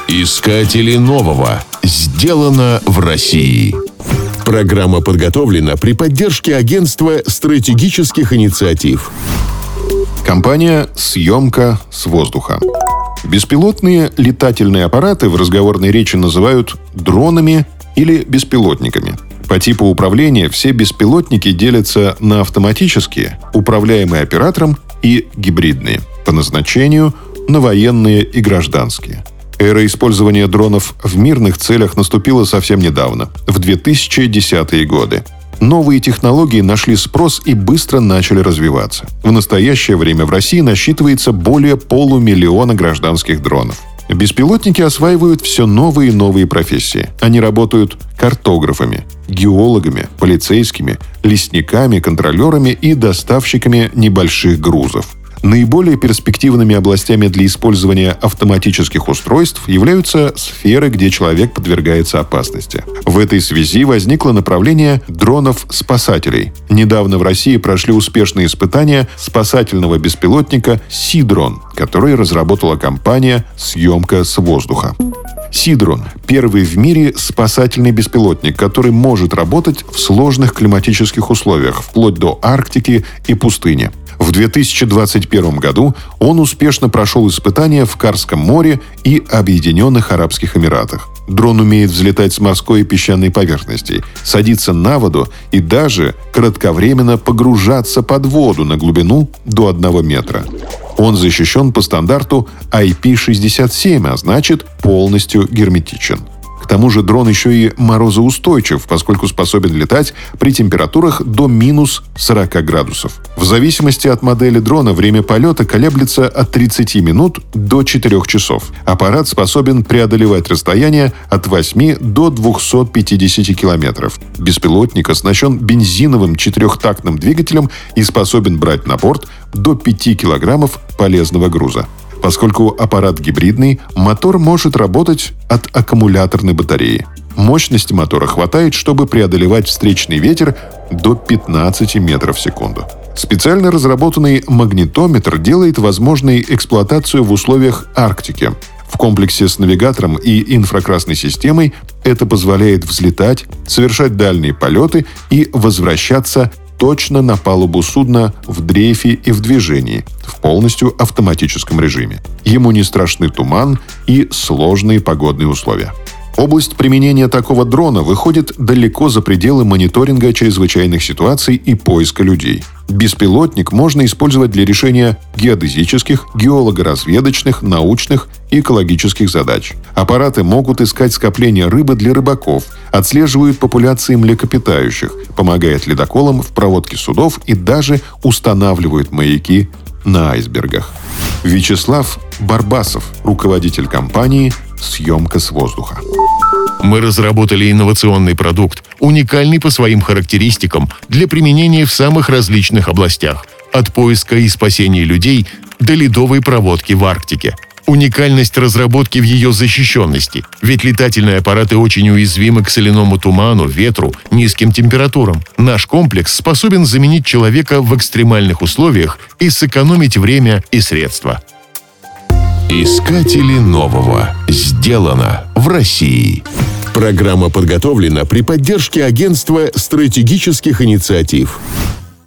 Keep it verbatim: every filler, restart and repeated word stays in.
Искатели нового. Сделано в России. Программа подготовлена при поддержке Агентства стратегических инициатив. Компания «Съемка с воздуха». Беспилотные летательные аппараты в разговорной речи называют дронами или беспилотниками. По типу управления все беспилотники делятся на автоматические, управляемые оператором, и гибридные, по назначению на военные и гражданские. Эра использования дронов в мирных целях наступила совсем недавно, в две тысячи десятые годы. Новые технологии нашли спрос и быстро начали развиваться. В настоящее время в России насчитывается более полумиллиона гражданских дронов. Беспилотники осваивают все новые и новые профессии. Они работают картографами, геологами, полицейскими, лесниками, контролерами и доставщиками небольших грузов. Наиболее перспективными областями для использования автоматических устройств являются сферы, где человек подвергается опасности. В этой связи возникло направление дронов-спасателей. Недавно в России прошли успешные испытания спасательного беспилотника «Сидрон», который разработала компания «Съемка с воздуха». «Сидрон» — первый в мире спасательный беспилотник, который может работать в сложных климатических условиях, вплоть до Арктики и пустыни. В две тысячи двадцать первом году он успешно прошел испытания в Карском море и Объединенных Арабских Эмиратах. Дрон умеет взлетать с морской и песчаной поверхностей, садиться на воду и даже кратковременно погружаться под воду на глубину до одного метра. Он защищен по стандарту ай пи шестьдесят семь, а значит полностью герметичен. К тому же дрон еще и морозоустойчив, поскольку способен летать при температурах до минус сорок градусов. В зависимости от модели дрона время полета колеблется от тридцати минут до четырёх часов. Аппарат способен преодолевать расстояние от восьми до двухсот пятидесяти километров. Беспилотник оснащен бензиновым четырехтактным двигателем и способен брать на борт до пяти килограммов полезного груза. Поскольку аппарат гибридный, мотор может работать от аккумуляторной батареи. Мощности мотора хватает, чтобы преодолевать встречный ветер до пятнадцати метров в секунду. Специально разработанный магнитометр делает возможной эксплуатацию в условиях Арктики. В комплексе с навигатором и инфракрасной системой это позволяет взлетать, совершать дальние полеты и возвращаться точно на палубу судна в дрейфе и в движении, в полностью автоматическом режиме. Ему не страшны туман и сложные погодные условия. Область применения такого дрона выходит далеко за пределы мониторинга чрезвычайных ситуаций и поиска людей. Беспилотник можно использовать для решения геодезических, геолого-разведочных, научных и экологических задач. Аппараты могут искать скопления рыбы для рыбаков, отслеживают популяции млекопитающих, помогают ледоколам в проводке судов и даже устанавливают маяки на айсбергах. Вячеслав Барбасов, руководитель компании «Съемка с воздуха». Мы разработали инновационный продукт, уникальный по своим характеристикам для применения в самых различных областях, от поиска и спасения людей до ледовой проводки в Арктике. Уникальность разработки в ее защищенности, ведь летательные аппараты очень уязвимы к соляному туману, ветру, низким температурам. Наш комплекс способен заменить человека в экстремальных условиях и сэкономить время и средства. Искатели нового. Сделано в России. Программа подготовлена при поддержке Агентства стратегических инициатив.